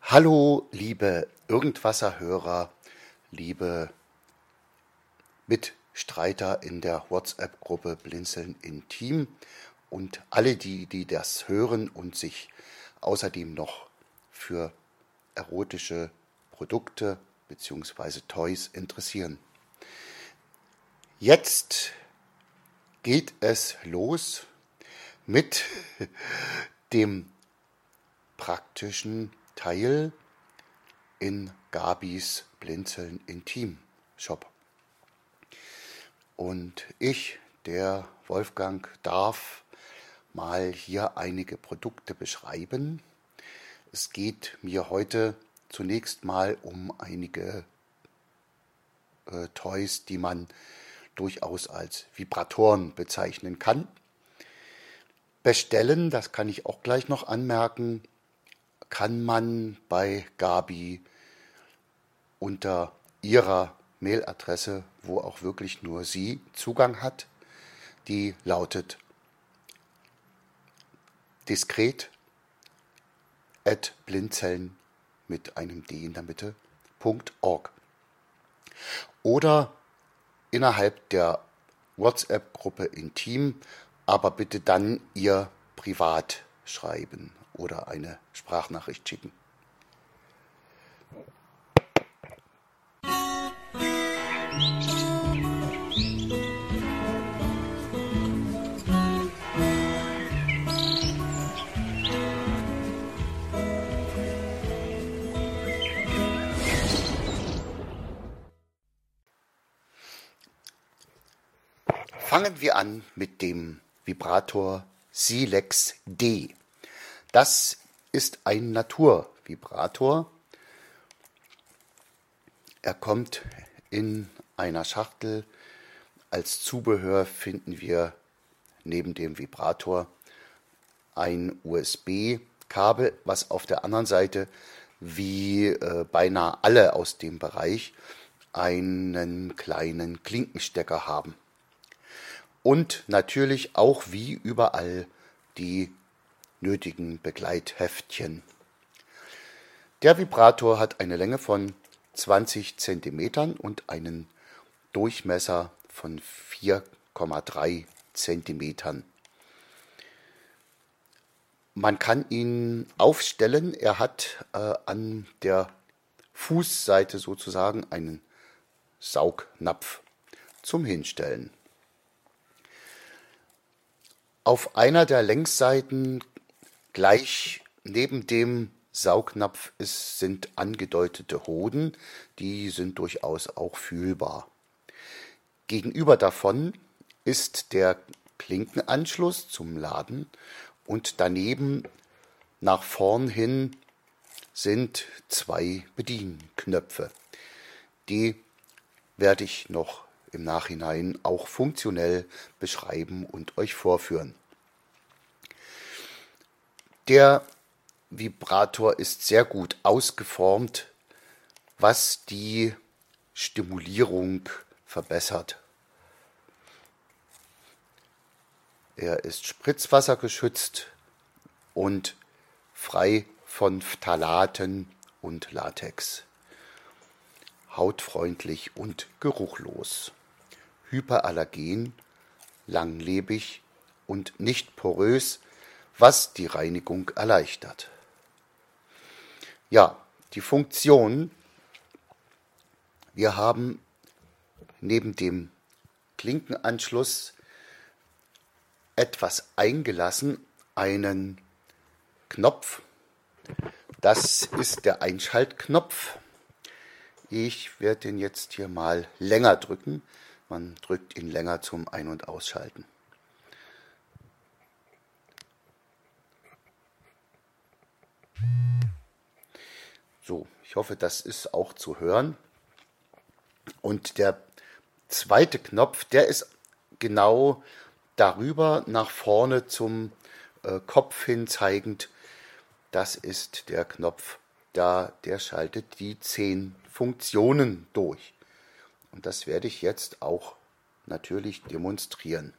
Hallo, liebe Irgendwasser-Hörer, liebe Mitstreiter in der WhatsApp-Gruppe Blinzeln Intim und alle die das hören und sich außerdem noch für erotische Produkte bzw. Toys interessieren. Jetzt geht es los mit dem praktischen Teil in Gabis Blinzeln Intim Shop. Und ich, der Wolfgang, darf mal hier einige Produkte beschreiben. Es geht mir heute zunächst mal um einige Toys, die man durchaus als Vibratoren bezeichnen kann. Bestellen, das kann ich auch gleich noch anmerken, kann man bei Gabi unter ihrer Mailadresse, wo auch wirklich nur sie Zugang hat. Die lautet diskret@blinzeln mit einem D in der Mitte .org. Oder innerhalb der WhatsApp-Gruppe Intim, aber bitte dann ihr privat schreiben oder eine Sprachnachricht schicken. Fangen wir an mit dem Vibrator Silex D. Das ist ein Naturvibrator. Er kommt in einer Schachtel. Als Zubehör finden wir neben dem Vibrator ein USB-Kabel, was auf der anderen Seite, wie beinahe alle aus dem Bereich, einen kleinen Klinkenstecker haben. Und natürlich auch wie überall die nötigen Begleitheftchen. Der Vibrator hat eine Länge von 20 cm und einen Durchmesser von 4,3 cm. Man kann ihn aufstellen. Er hat an der Fußseite sozusagen einen Saugnapf zum Hinstellen. Auf einer der Längsseiten, gleich neben dem Saugnapf, sind angedeutete Hoden, die sind durchaus auch fühlbar. Gegenüber davon ist der Klinkenanschluss zum Laden und daneben nach vorn hin sind 2 Bedienknöpfe. Die werde ich noch im Nachhinein auch funktionell beschreiben und euch vorführen. Der Vibrator ist sehr gut ausgeformt, was die Stimulierung verbessert. Er ist spritzwassergeschützt und frei von Phthalaten und Latex. Hautfreundlich und geruchlos. Hyperallergen, langlebig und nicht porös, was die Reinigung erleichtert. Ja, die Funktion. Wir haben neben dem Klinkenanschluss etwas eingelassen, einen Knopf. Das ist der Einschaltknopf. Ich werde den jetzt hier mal länger drücken. Man drückt ihn länger zum Ein- und Ausschalten. So, ich hoffe, das ist auch zu hören. Und der zweite Knopf, der ist genau darüber nach vorne zum Kopf hin zeigend. Das ist der Knopf, der schaltet die 10 Funktionen durch. Und das werde ich jetzt auch natürlich demonstrieren.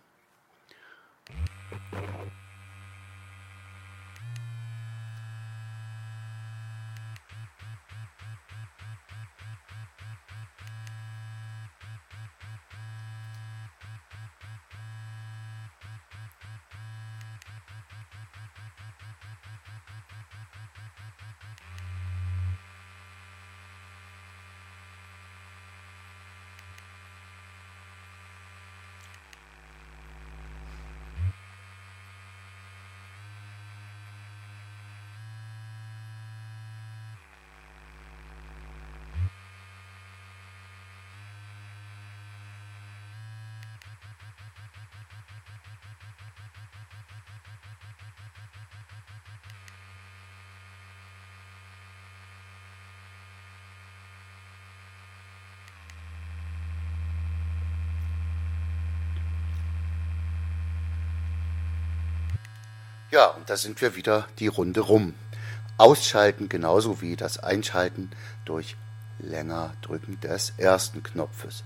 Ja, und da sind wir wieder die Runde rum. Ausschalten genauso wie das Einschalten durch länger drücken des ersten Knopfes.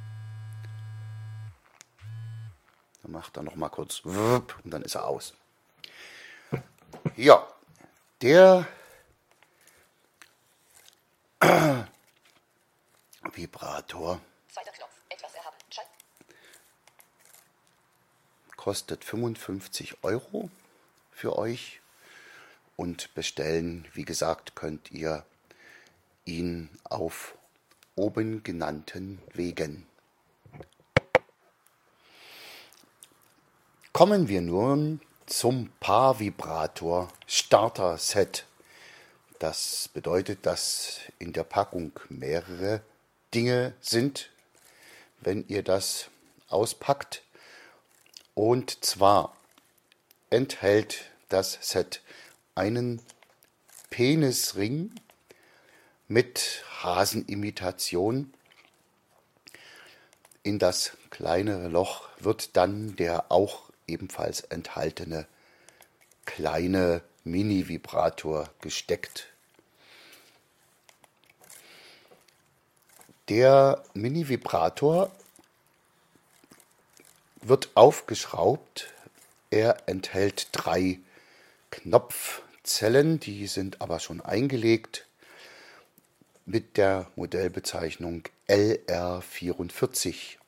Dann macht er noch mal kurz und dann ist er aus. Ja, der Vibrator Zweiter Knopf. Etwas erhaben. kostet 55 Euro für euch. Und bestellen, wie gesagt, könnt ihr ihn auf oben genannten Wegen. Kommen wir nun zum Paar-Vibrator Starter Set. Das bedeutet, dass in der Packung mehrere Dinge sind, wenn ihr das auspackt. Und zwar enthält das Set einen Penisring mit Hasenimitation. In das kleinere Loch wird dann der auch ebenfalls enthaltene kleine Mini-Vibrator gesteckt. Der Mini-Vibrator wird aufgeschraubt. Er enthält 3 Knopfzellen, die sind aber schon eingelegt mit der Modellbezeichnung LR44.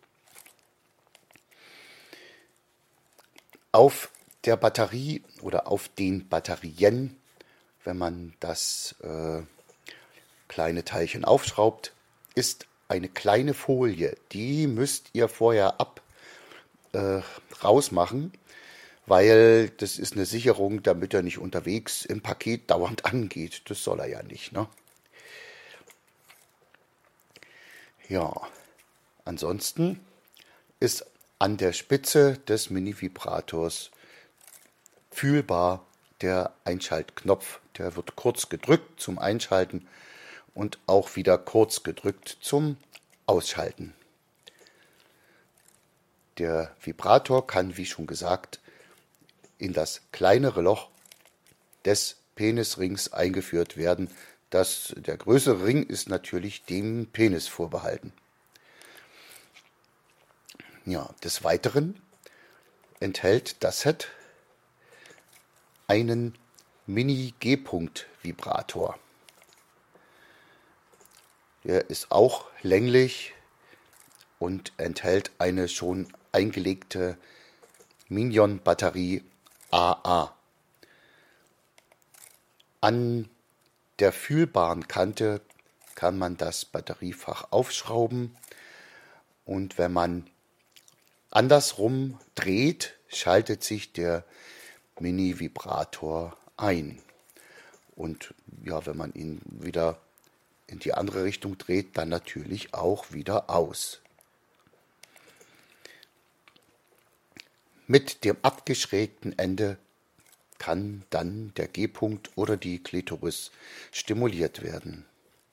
Auf der Batterie oder auf den Batterien, wenn man das kleine Teilchen aufschraubt, ist eine kleine Folie. Die müsst ihr vorher rausmachen, weil das ist eine Sicherung, damit er nicht unterwegs im Paket dauernd angeht. Das soll er ja nicht, ne? Ja, ansonsten ist an der Spitze des Mini-Vibrators fühlbar der Einschaltknopf. Der wird kurz gedrückt zum Einschalten und auch wieder kurz gedrückt zum Ausschalten. Der Vibrator kann, wie schon gesagt, in das kleinere Loch des Penisrings eingeführt werden. Der größere Ring ist natürlich dem Penis vorbehalten. Ja, des Weiteren enthält das Set einen Mini-G-Punkt-Vibrator. Der ist auch länglich und enthält eine schon eingelegte Minion-Batterie AA. An der fühlbaren Kante kann man das Batteriefach aufschrauben und wenn man andersrum dreht, schaltet sich der Mini-Vibrator ein. Und ja, wenn man ihn wieder in die andere Richtung dreht, dann natürlich auch wieder aus. Mit dem abgeschrägten Ende kann dann der G-Punkt oder die Klitoris stimuliert werden.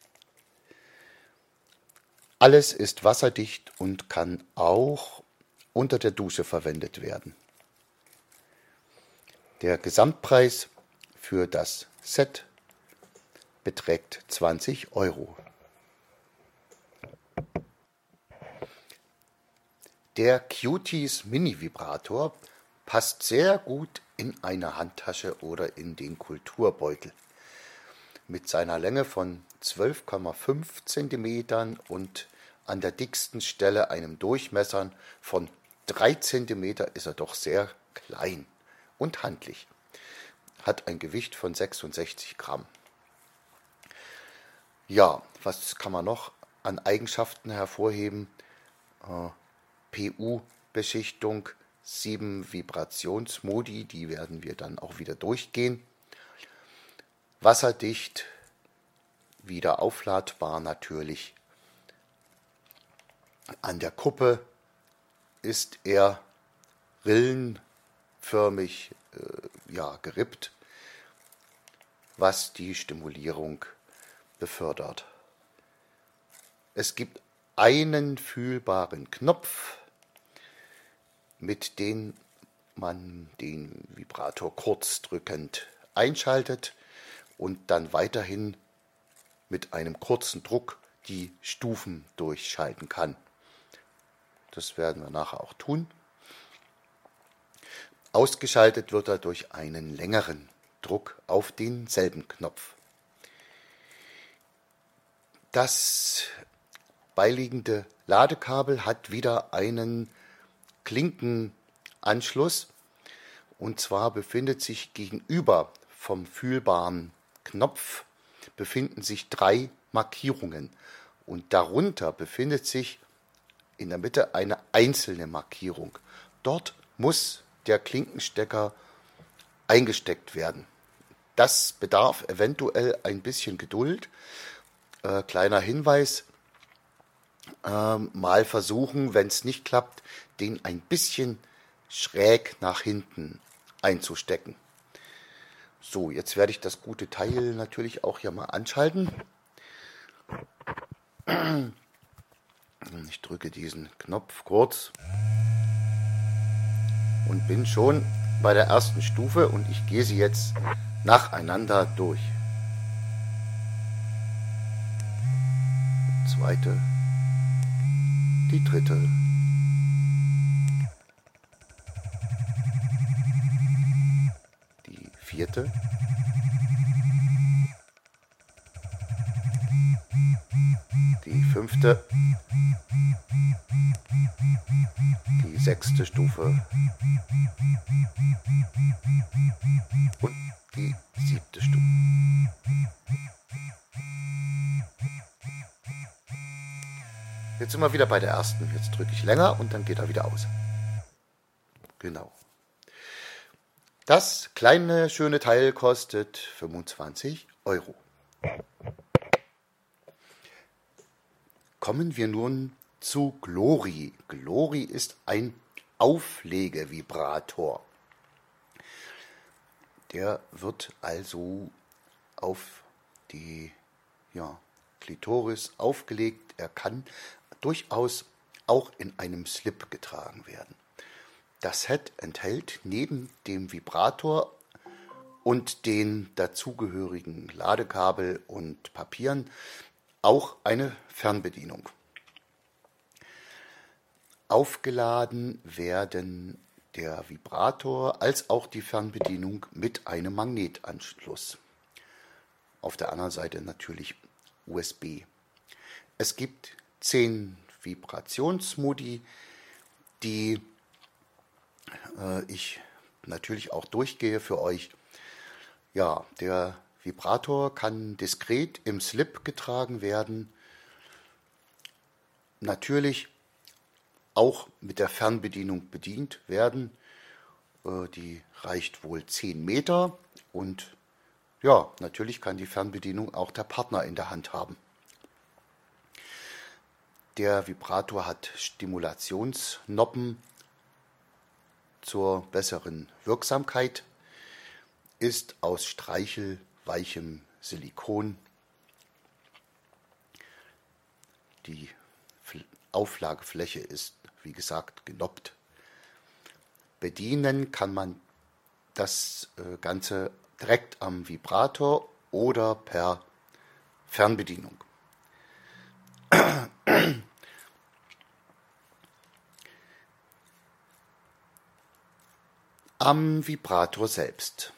Alles ist wasserdicht und kann auch unter der Dusche verwendet werden. Der Gesamtpreis für das Set beträgt 20 Euro. Der Cuties Mini-Vibrator passt sehr gut in eine Handtasche oder in den Kulturbeutel. Mit seiner Länge von 12,5 cm und an der dicksten Stelle einem Durchmesser von 3 cm ist er doch sehr klein und handlich. Hat ein Gewicht von 66 Gramm. Ja, was kann man noch an Eigenschaften hervorheben? PU-Beschichtung, 7 Vibrationsmodi, die werden wir dann auch wieder durchgehen. Wasserdicht, wieder aufladbar natürlich. An der Kuppe ist er rillenförmig gerippt, was die Stimulierung befördert. Es gibt einen fühlbaren Knopf, mit dem man den Vibrator kurzdrückend einschaltet und dann weiterhin mit einem kurzen Druck die Stufen durchschalten kann. Das werden wir nachher auch tun. Ausgeschaltet wird er durch einen längeren Druck auf denselben Knopf. Das beiliegende Ladekabel hat wieder einen Klinkenanschluss, und zwar befindet sich gegenüber vom fühlbaren Knopf befinden sich 3 Markierungen und darunter befindet sich in der Mitte eine einzelne Markierung. Dort muss der Klinkenstecker eingesteckt werden. Das bedarf eventuell ein bisschen Geduld. Kleiner Hinweis, mal versuchen, wenn es nicht klappt, den ein bisschen schräg nach hinten einzustecken. So, jetzt werde ich das gute Teil natürlich auch hier mal anschalten. Ich drücke diesen Knopf kurz und bin schon bei der ersten Stufe und ich gehe sie jetzt nacheinander durch. Zweite, die dritte, die vierte, die fünfte, die sechste Stufe und die siebte Stufe. Jetzt sind wir wieder bei der ersten. Jetzt drücke ich länger und dann geht er wieder aus. Genau. Das kleine, schöne Teil kostet 25 Euro. Kommen wir nun zu Glory. Glory ist ein Auflegevibrator. Der wird also auf die Klitoris aufgelegt. Er kann durchaus auch in einem Slip getragen werden. Das Set enthält neben dem Vibrator und den dazugehörigen Ladekabel und Papieren auch eine Fernbedienung. Aufgeladen werden der Vibrator als auch die Fernbedienung mit einem Magnetanschluss. Auf der anderen Seite natürlich USB. Es gibt 10 Vibrationsmodi, die ich natürlich auch durchgehe für euch. Ja, der Vibrator kann diskret im Slip getragen werden. Natürlich auch mit der Fernbedienung bedient werden. Die reicht wohl 10 Meter und ja, natürlich kann die Fernbedienung auch der Partner in der Hand haben. Der Vibrator hat Stimulationsnoppen zur besseren Wirksamkeit, ist aus streichelweichem Silikon. Die Auflagefläche ist, wie gesagt, genoppt. Bedienen kann man das Ganze direkt am Vibrator oder per Fernbedienung. Am Vibrator selbst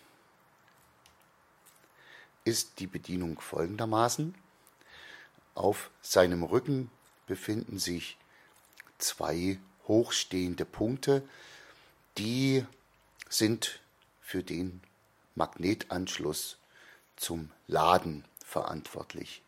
ist die Bedienung folgendermaßen. Auf seinem Rücken befinden sich 2 hochstehende Punkte, die sind für den Magnetanschluss zum Laden verantwortlich.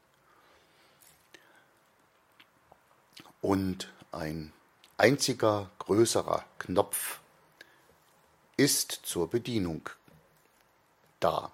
Und ein einziger größerer Knopf ist zur Bedienung da.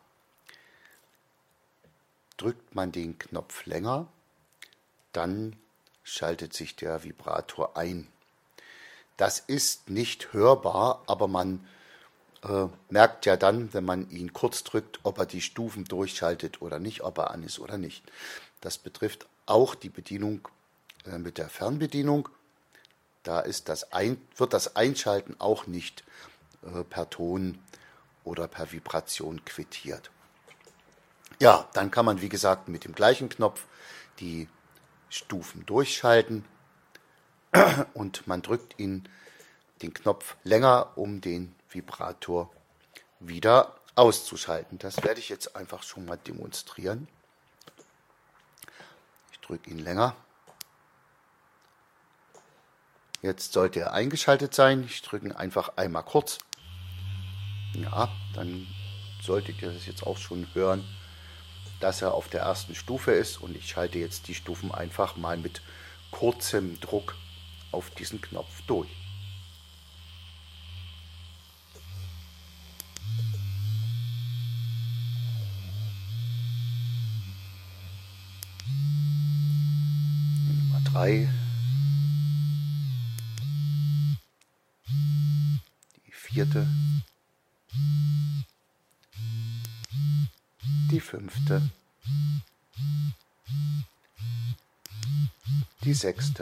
Drückt man den Knopf länger, dann schaltet sich der Vibrator ein. Das ist nicht hörbar, aber man merkt ja dann, wenn man ihn kurz drückt, ob er die Stufen durchschaltet oder nicht, ob er an ist oder nicht. Das betrifft auch die Bedienung mit der Fernbedienung. Da ist wird das Einschalten auch nicht per Ton oder per Vibration quittiert. Ja, dann kann man, wie gesagt, mit dem gleichen Knopf die Stufen durchschalten und man drückt den Knopf länger, um den Vibrator wieder auszuschalten. Das werde ich jetzt einfach schon mal demonstrieren. Ich drücke ihn länger. Jetzt sollte er eingeschaltet sein. Ich drücke ihn einfach einmal kurz. Ja, dann solltet ihr das jetzt auch schon hören, dass er auf der ersten Stufe ist. Und ich schalte jetzt die Stufen einfach mal mit kurzem Druck auf diesen Knopf durch. Nummer 3. Die 4. Die 5. Die 6.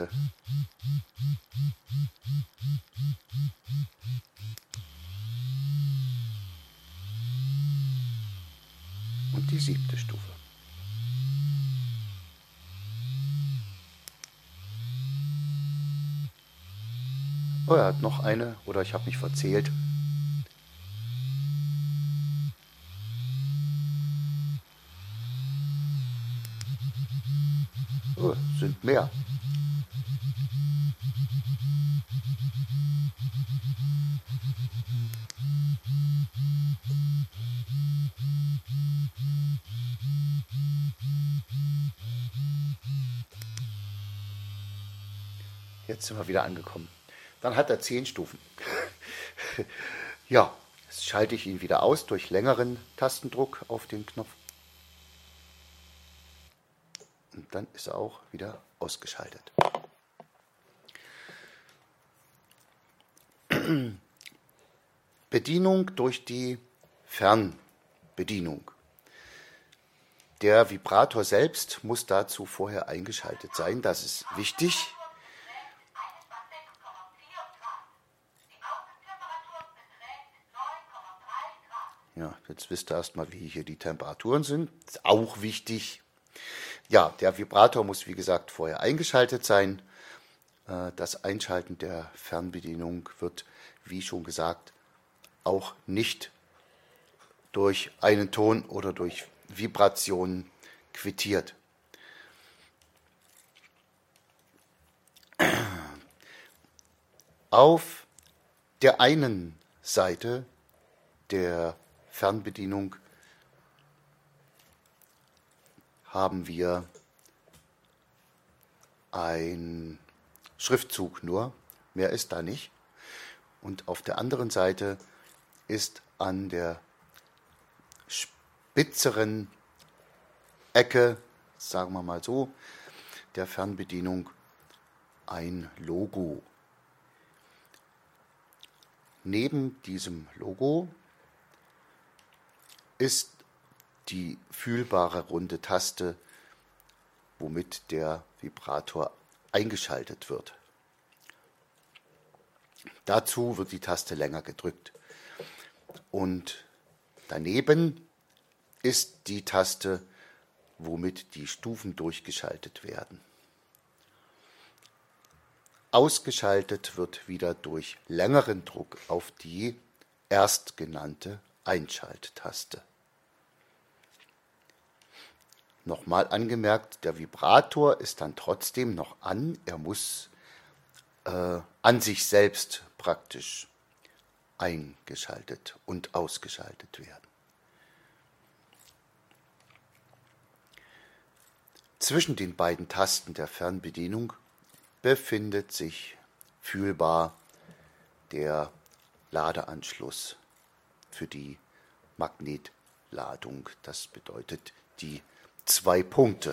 Und die 7. Stufe. Oh, er hat noch eine, oder ich habe mich verzählt. Oh, sind mehr. Jetzt sind wir wieder angekommen. Dann hat er 10 Stufen. Ja, jetzt schalte ich ihn wieder aus durch längeren Tastendruck auf den Knopf. Und dann ist er auch wieder ausgeschaltet. Bedienung durch die Fernbedienung. Der Vibrator selbst muss dazu vorher eingeschaltet sein. Das ist wichtig. Ja, jetzt wisst ihr erstmal, wie hier die Temperaturen sind. Das ist auch wichtig. Ja, der Vibrator muss, wie gesagt, vorher eingeschaltet sein. Das Einschalten der Fernbedienung wird, wie schon gesagt, auch nicht durch einen Ton oder durch Vibrationen quittiert. Auf der einen Seite der Fernbedienung haben wir ein Schriftzug nur, mehr ist da nicht. Und auf der anderen Seite ist an der spitzeren Ecke, sagen wir mal so, der Fernbedienung ein Logo. Neben diesem Logo ist die fühlbare runde Taste, womit der Vibrator eingeschaltet wird. Dazu wird die Taste länger gedrückt. Und daneben ist die Taste, womit die Stufen durchgeschaltet werden. Ausgeschaltet wird wieder durch längeren Druck auf die erstgenannte Einschalttaste. Nochmal angemerkt, der Vibrator ist dann trotzdem noch an. Er muss an sich selbst praktisch eingeschaltet und ausgeschaltet werden. Zwischen den beiden Tasten der Fernbedienung befindet sich fühlbar der Ladeanschluss für die Magnetladung. Das bedeutet die 2 Punkte.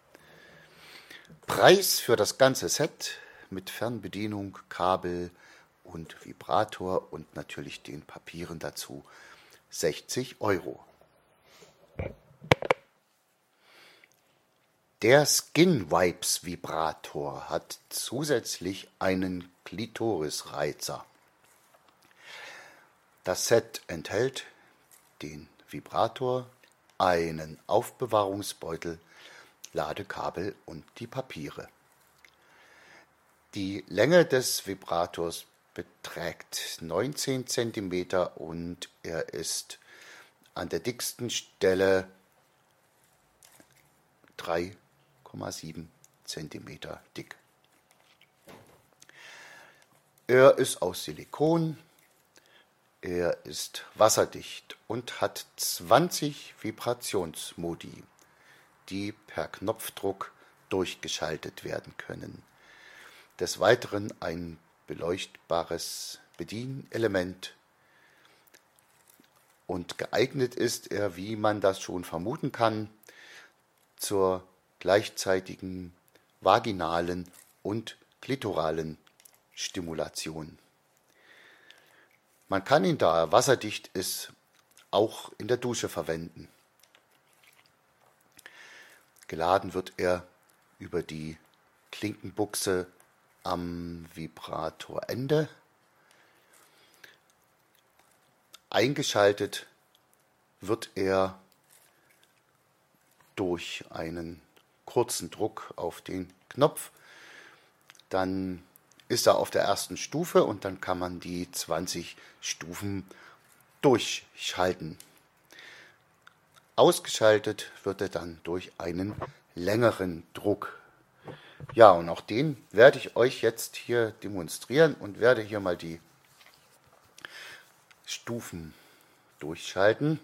Preis für das ganze Set mit Fernbedienung, Kabel und Vibrator und natürlich den Papieren dazu 60 €. Der Skin Vibes Vibrator hat zusätzlich einen Klitorisreizer. Das Set enthält den Vibrator, einen Aufbewahrungsbeutel, Ladekabel und die Papiere. Die Länge des Vibrators beträgt 19 cm und er ist an der dicksten Stelle 3,7 cm dick. Er ist aus Silikon, er ist wasserdicht und hat 20 Vibrationsmodi, die per Knopfdruck durchgeschaltet werden können. Des Weiteren ein beleuchtbares Bedienelement und geeignet ist er, wie man das schon vermuten kann, zur gleichzeitigen vaginalen und klitoralen Stimulation. Man kann ihn, da er wasserdicht ist, auch in der Dusche verwenden. Geladen wird er über die Klinkenbuchse am Vibratorende. Eingeschaltet wird er durch einen kurzen Druck auf den Knopf. Dann ist er auf der ersten Stufe und dann kann man die 20 Stufen durchschalten. Ausgeschaltet wird er dann durch einen längeren Druck. Ja, und auch den werde ich euch jetzt hier demonstrieren und werde hier mal die Stufen durchschalten.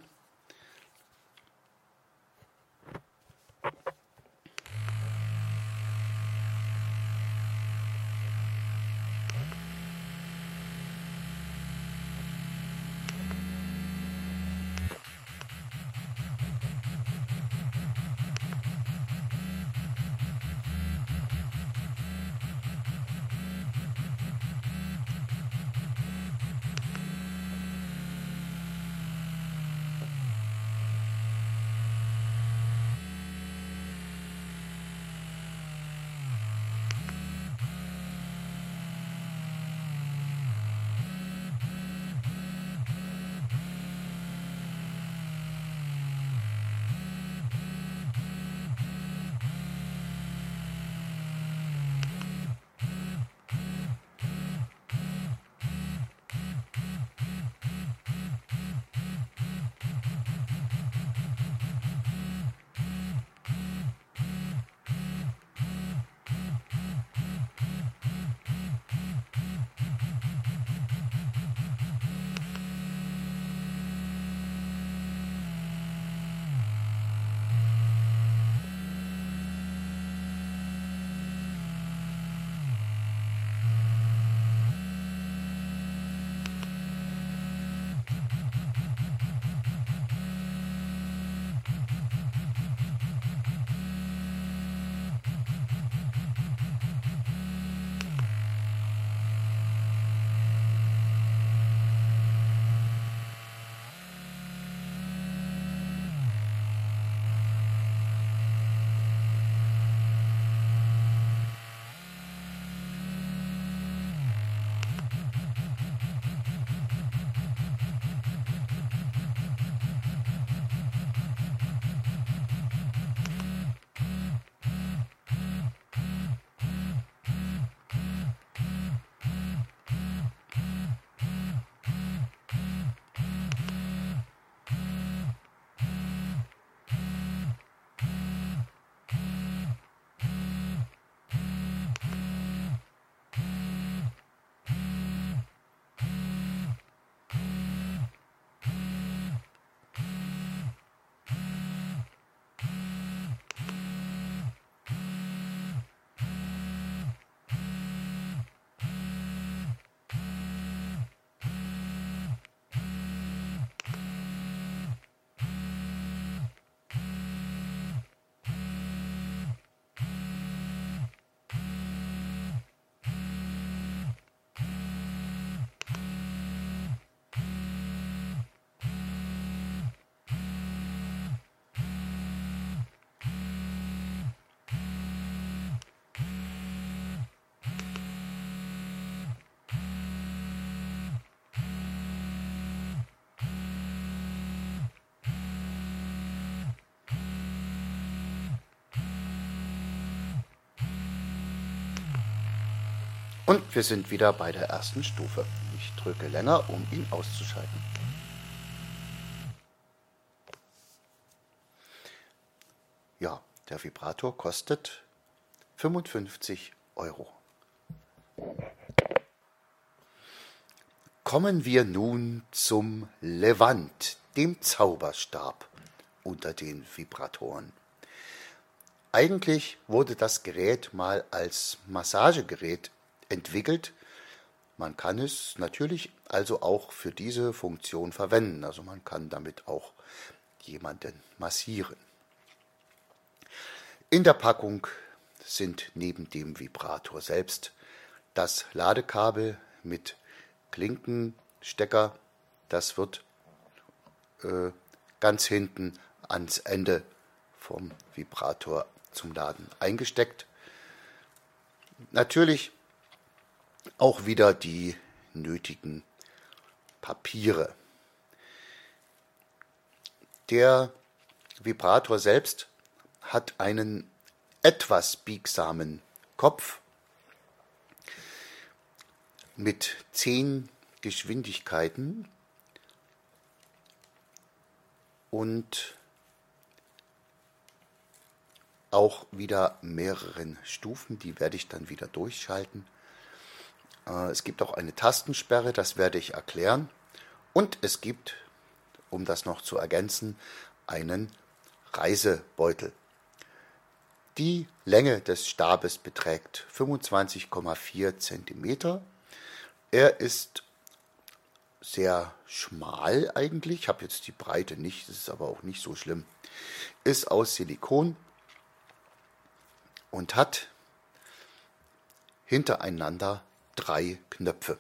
Und wir sind wieder bei der ersten Stufe. Ich drücke länger, um ihn auszuschalten. Ja, der Vibrator kostet 55 Euro. Kommen wir nun zum Levant, dem Zauberstab unter den Vibratoren. Eigentlich wurde das Gerät mal als Massagegerät entwickelt. Man kann es natürlich also auch für diese Funktion verwenden. Also man kann damit auch jemanden massieren. In der Packung sind neben dem Vibrator selbst das Ladekabel mit Klinkenstecker. Das wird ganz hinten ans Ende vom Vibrator zum Laden eingesteckt. Natürlich auch wieder die nötigen Papiere. Der Vibrator selbst hat einen etwas biegsamen Kopf mit 10 Geschwindigkeiten und auch wieder mehreren Stufen, die werde ich dann wieder durchschalten. Es gibt auch eine Tastensperre, das werde ich erklären. Und es gibt, um das noch zu ergänzen, einen Reisebeutel. Die Länge des Stabes beträgt 25,4 cm. Er ist sehr schmal eigentlich, ich habe jetzt die Breite nicht, das ist aber auch nicht so schlimm. Ist aus Silikon und hat hintereinander 3 Knöpfe.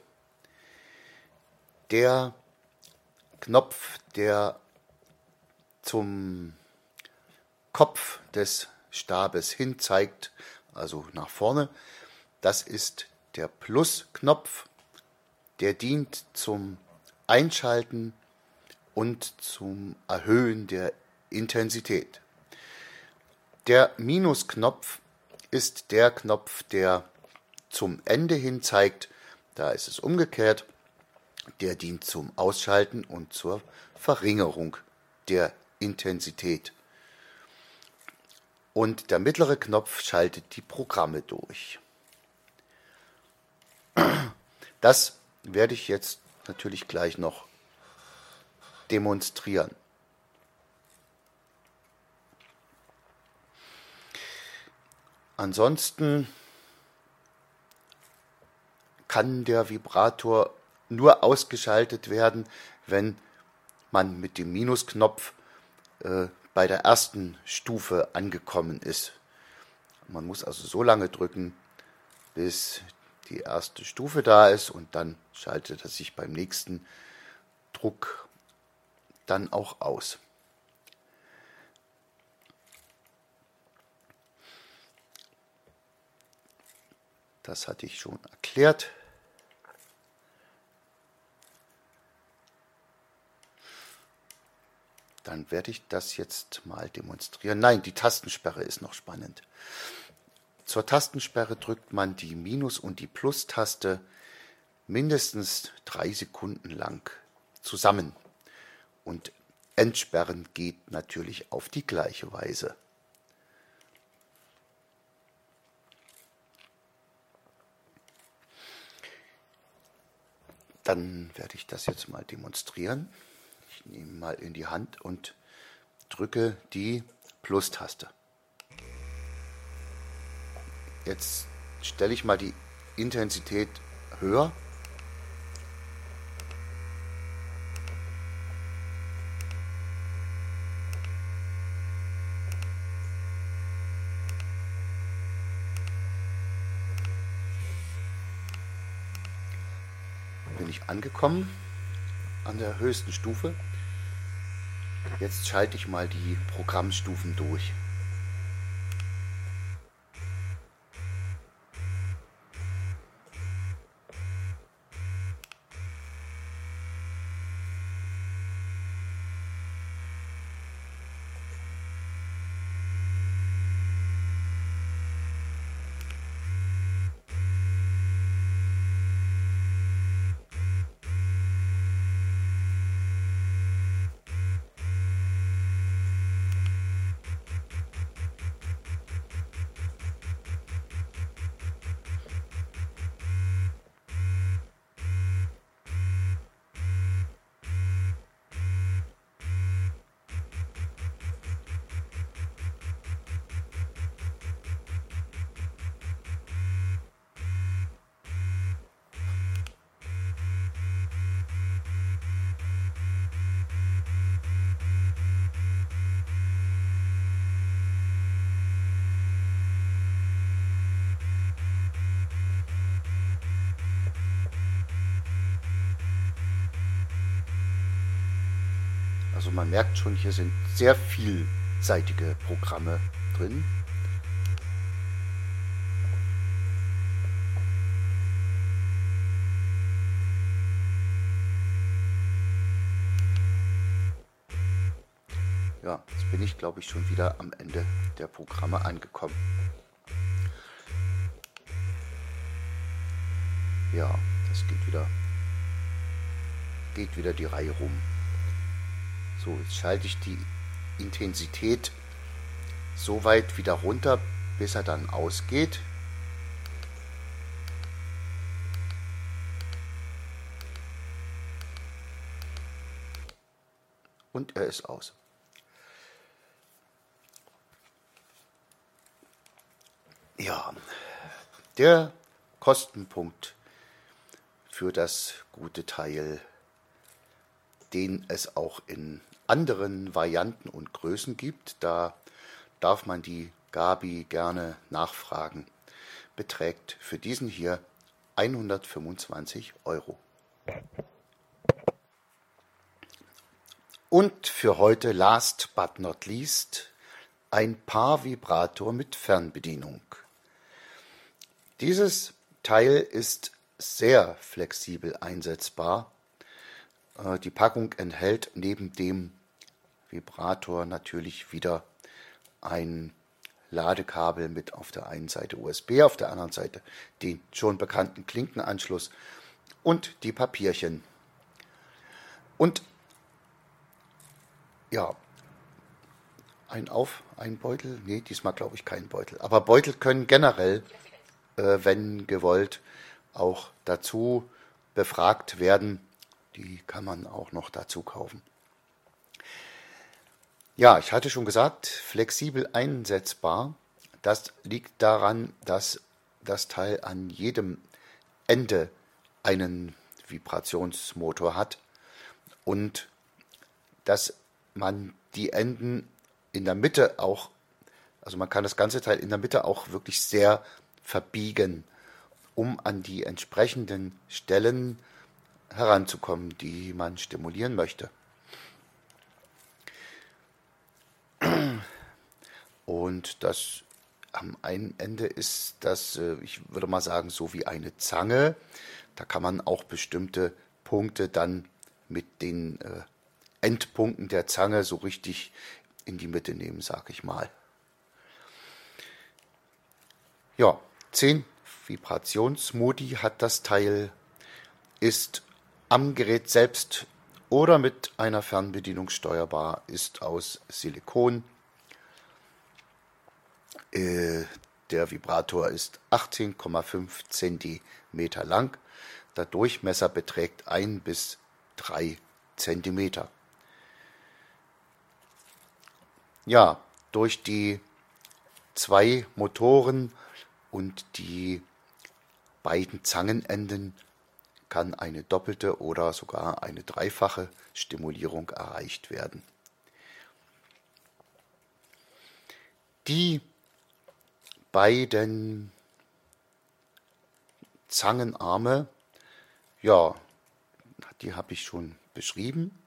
Der Knopf, der zum Kopf des Stabes hin zeigt, also nach vorne, das ist der Plusknopf. Der dient zum Einschalten und zum Erhöhen der Intensität. Der Minusknopf ist der Knopf, der zum Ende hin zeigt, da ist es umgekehrt, der dient zum Ausschalten und zur Verringerung der Intensität. Und der mittlere Knopf schaltet die Programme durch. Das werde ich jetzt natürlich gleich noch demonstrieren. Ansonsten kann der Vibrator nur ausgeschaltet werden, wenn man mit dem Minusknopf bei der ersten Stufe angekommen ist. Man muss also so lange drücken, bis die erste Stufe da ist und dann schaltet er sich beim nächsten Druck dann auch aus. Das hatte ich schon erklärt. Dann werde ich das jetzt mal demonstrieren. Nein, die Tastensperre ist noch spannend. Zur Tastensperre drückt man die Minus- und die Plus-Taste mindestens 3 Sekunden lang zusammen. Und Entsperren geht natürlich auf die gleiche Weise. Dann werde ich das jetzt mal demonstrieren. Ich nehme mal in die Hand und drücke die Plus-Taste. Jetzt stelle ich mal die Intensität höher. Bin ich angekommen an der höchsten Stufe. Jetzt schalte ich mal die Programmstufen durch. Also man merkt schon, hier sind sehr vielseitige Programme drin. Ja, jetzt bin ich, glaube ich, schon wieder am Ende der Programme angekommen. Ja, das geht wieder die Reihe rum. So, jetzt schalte ich die Intensität so weit wieder runter, bis er dann ausgeht. Und er ist aus. Ja, der Kostenpunkt für das gute Teil, den es auch in anderen Varianten und Größen gibt, da darf man die Gabi gerne nachfragen, beträgt für diesen hier 125 €. Und für heute, last but not least, ein Paar-Vibrator mit Fernbedienung. Dieses Teil ist sehr flexibel einsetzbar. Die Packung enthält neben dem Vibrator natürlich wieder ein Ladekabel mit auf der einen Seite USB, auf der anderen Seite den schon bekannten Klinkenanschluss und die Papierchen. Und ja, ein Beutel? Nee, diesmal glaube ich kein Beutel. Aber Beutel können generell, wenn gewollt, auch dazu befragt werden. Die kann man auch noch dazu kaufen. Ja, ich hatte schon gesagt, flexibel einsetzbar. Das liegt daran, dass das Teil an jedem Ende einen Vibrationsmotor hat und dass man die Enden in der Mitte auch, also man kann das ganze Teil in der Mitte auch wirklich sehr verbiegen, um an die entsprechenden Stellen heranzukommen, die man stimulieren möchte. Und das am einen Ende ist das, ich würde mal sagen, so wie eine Zange. Da kann man auch bestimmte Punkte dann mit den Endpunkten der Zange so richtig in die Mitte nehmen, sage ich mal. Ja, 10 Vibrationsmodi hat das Teil, ist am Gerät selbst oder mit einer Fernbedienung steuerbar, ist aus Silikon. Der Vibrator ist 18,5 cm lang. Der Durchmesser beträgt 1 bis 3 cm. Ja, durch die 2 Motoren und die beiden Zangenenden kann eine doppelte oder sogar eine dreifache Stimulierung erreicht werden. Die beiden Zangenarme, ja, die habe ich schon beschrieben.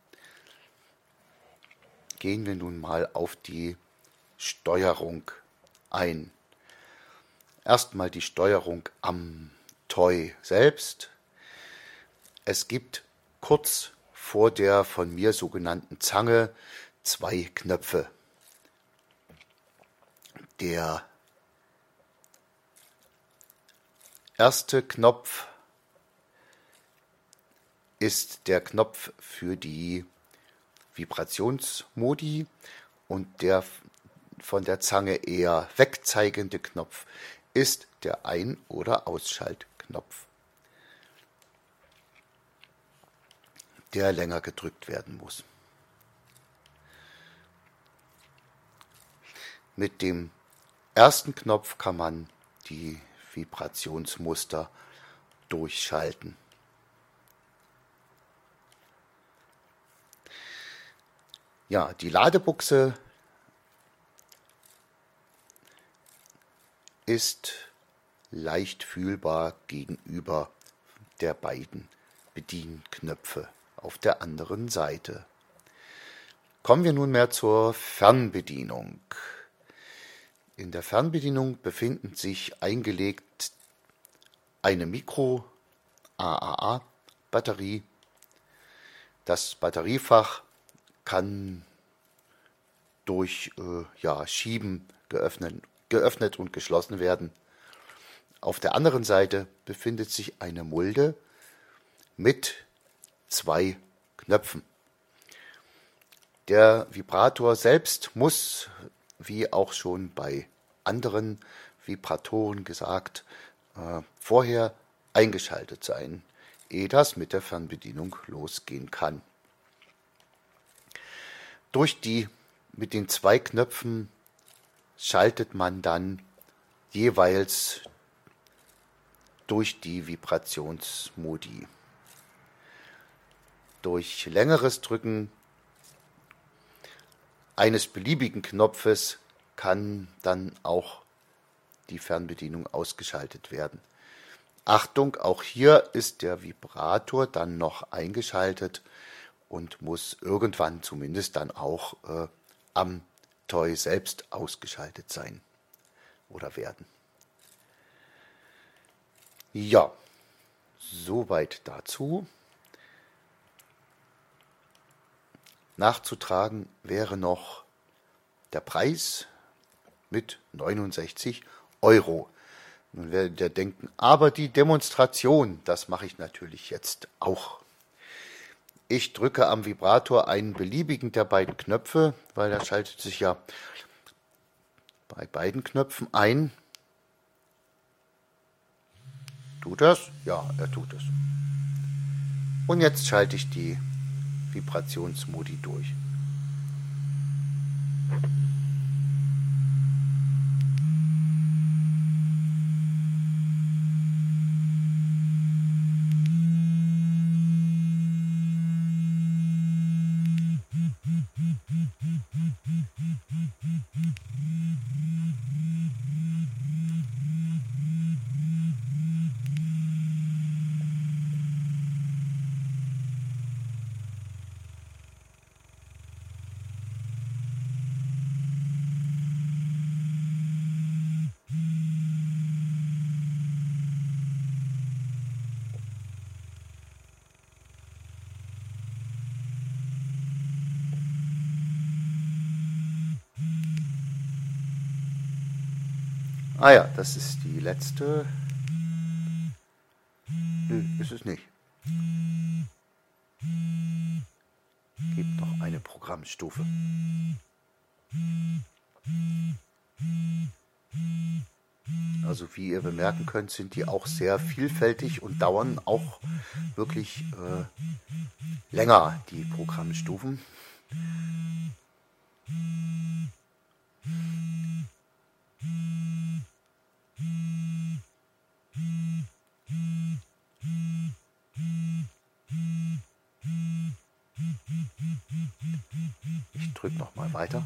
Gehen wir nun mal auf die Steuerung ein. Erstmal die Steuerung am Toy selbst. Es gibt kurz vor der von mir sogenannten Zange 2 Knöpfe. Der erste Knopf ist der Knopf für die Vibrationsmodi und der von der Zange eher wegzeigende Knopf ist der Ein- oder Ausschaltknopf, der länger gedrückt werden muss. Mit dem ersten Knopf kann man die Vibrationsmuster durchschalten. Ja, die Ladebuchse ist leicht fühlbar gegenüber der beiden Bedienknöpfe auf der anderen Seite. Kommen wir nunmehr zur Fernbedienung. In der Fernbedienung befinden sich eingelegt eine Micro-AAA-Batterie. Das Batteriefach kann durch Schieben geöffnet und geschlossen werden. Auf der anderen Seite befindet sich eine Mulde mit 2 Knöpfen. Der Vibrator selbst muss, wie auch schon bei anderen Vibratoren gesagt, vorher eingeschaltet sein, ehe das mit der Fernbedienung losgehen kann. Mit den 2 Knöpfen schaltet man dann jeweils durch die Vibrationsmodi. Durch längeres Drücken eines beliebigen Knopfes kann dann auch die Fernbedienung ausgeschaltet werden. Achtung, auch hier ist der Vibrator dann noch eingeschaltet und muss irgendwann zumindest dann auch am Toy selbst ausgeschaltet sein oder werden. Ja, soweit dazu. Nachzutragen wäre noch der Preis mit 69 Euro. Nun werdet ihr denken, aber die Demonstration, das mache ich natürlich jetzt auch. Ich drücke am Vibrator einen beliebigen der beiden Knöpfe, weil er schaltet sich ja bei beiden Knöpfen ein. Tut das? Ja, er tut es. Und jetzt schalte ich die Vibrationsmodi durch. Ah ja, das ist die letzte. Nö, ist es nicht. Gibt noch eine Programmstufe. Also wie ihr bemerken könnt, sind die auch sehr vielfältig und dauern auch wirklich länger, die Programmstufen. Ich drücke noch mal weiter.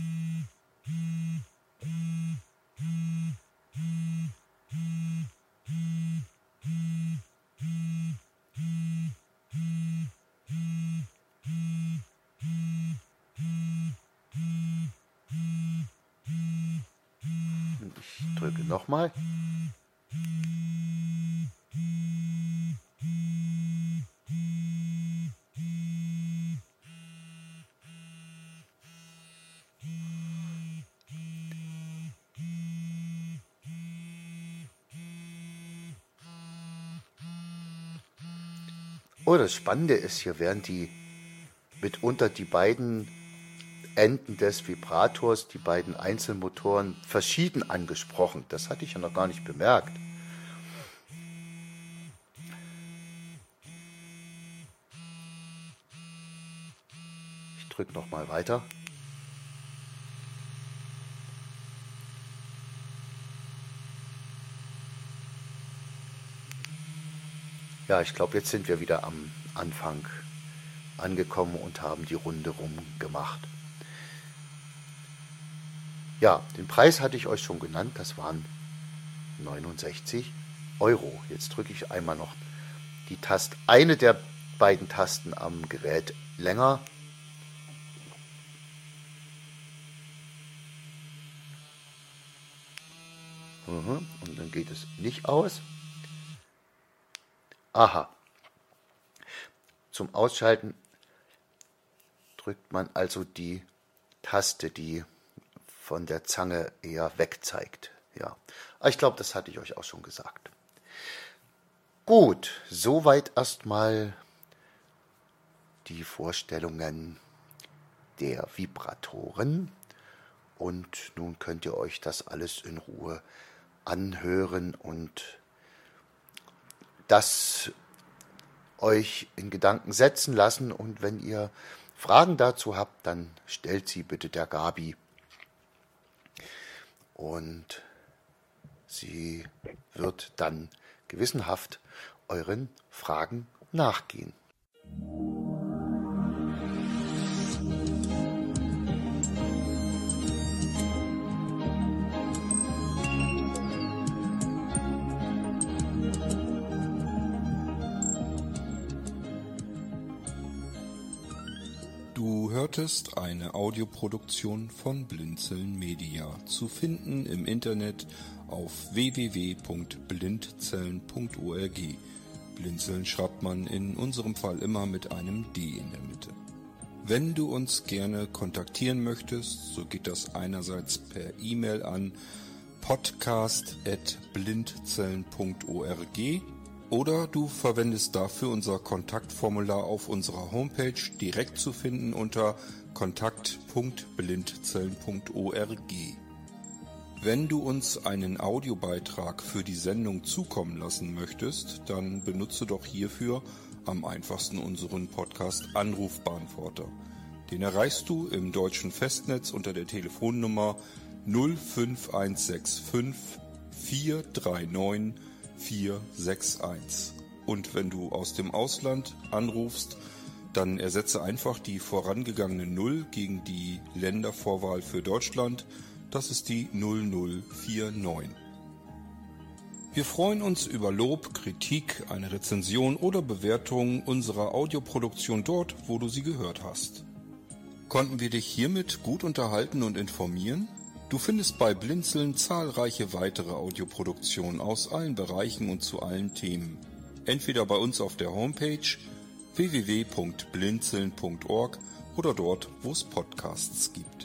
Ich drücke noch mal. Oh, das Spannende ist, hier werden mitunter die beiden Enden des Vibrators, die beiden Einzelmotoren, verschieden angesprochen. Das hatte ich ja noch gar nicht bemerkt. Ich drücke noch mal weiter. Ja, ich glaube, jetzt sind wir wieder am Anfang angekommen und haben die Runde rum gemacht. Ja, den Preis hatte ich euch schon genannt, das waren 69 Euro. Jetzt drücke ich einmal noch eine der beiden Tasten am Gerät länger. Und dann geht es nicht aus. Aha. Zum Ausschalten drückt man also die Taste, die von der Zange eher weg zeigt. Ja, aber ich glaube, das hatte ich euch auch schon gesagt. Gut, soweit erstmal die Vorstellungen der Vibratoren. Und nun könnt ihr euch das alles in Ruhe anhören und das euch in Gedanken setzen lassen. Und wenn ihr Fragen dazu habt, dann stellt sie bitte der Gabi. Und sie wird dann gewissenhaft euren Fragen nachgehen. Du hörtest eine Audioproduktion von Blinzeln Media, zu finden im Internet auf www.blindzellen.org. Blinzeln schreibt man in unserem Fall immer mit einem D in der Mitte. Wenn du uns gerne kontaktieren möchtest, so geht das einerseits per E-Mail an podcast@blindzellen.org oder du verwendest dafür unser Kontaktformular auf unserer Homepage, direkt zu finden unter kontakt.blindzellen.org. Wenn du uns einen Audiobeitrag für die Sendung zukommen lassen möchtest, dann benutze doch hierfür am einfachsten unseren Podcast Anrufbeantworter. Den erreichst du im deutschen Festnetz unter der Telefonnummer 05165 439 461. Und wenn du aus dem Ausland anrufst, dann ersetze einfach die vorangegangene 0 gegen die Ländervorwahl für Deutschland. Das ist die 0049. Wir freuen uns über Lob, Kritik, eine Rezension oder Bewertung unserer Audioproduktion dort, wo du sie gehört hast. Konnten wir dich hiermit gut unterhalten und informieren? Du findest bei Blinzeln zahlreiche weitere Audioproduktionen aus allen Bereichen und zu allen Themen. Entweder bei uns auf der Homepage www.blinzeln.org oder dort, wo es Podcasts gibt.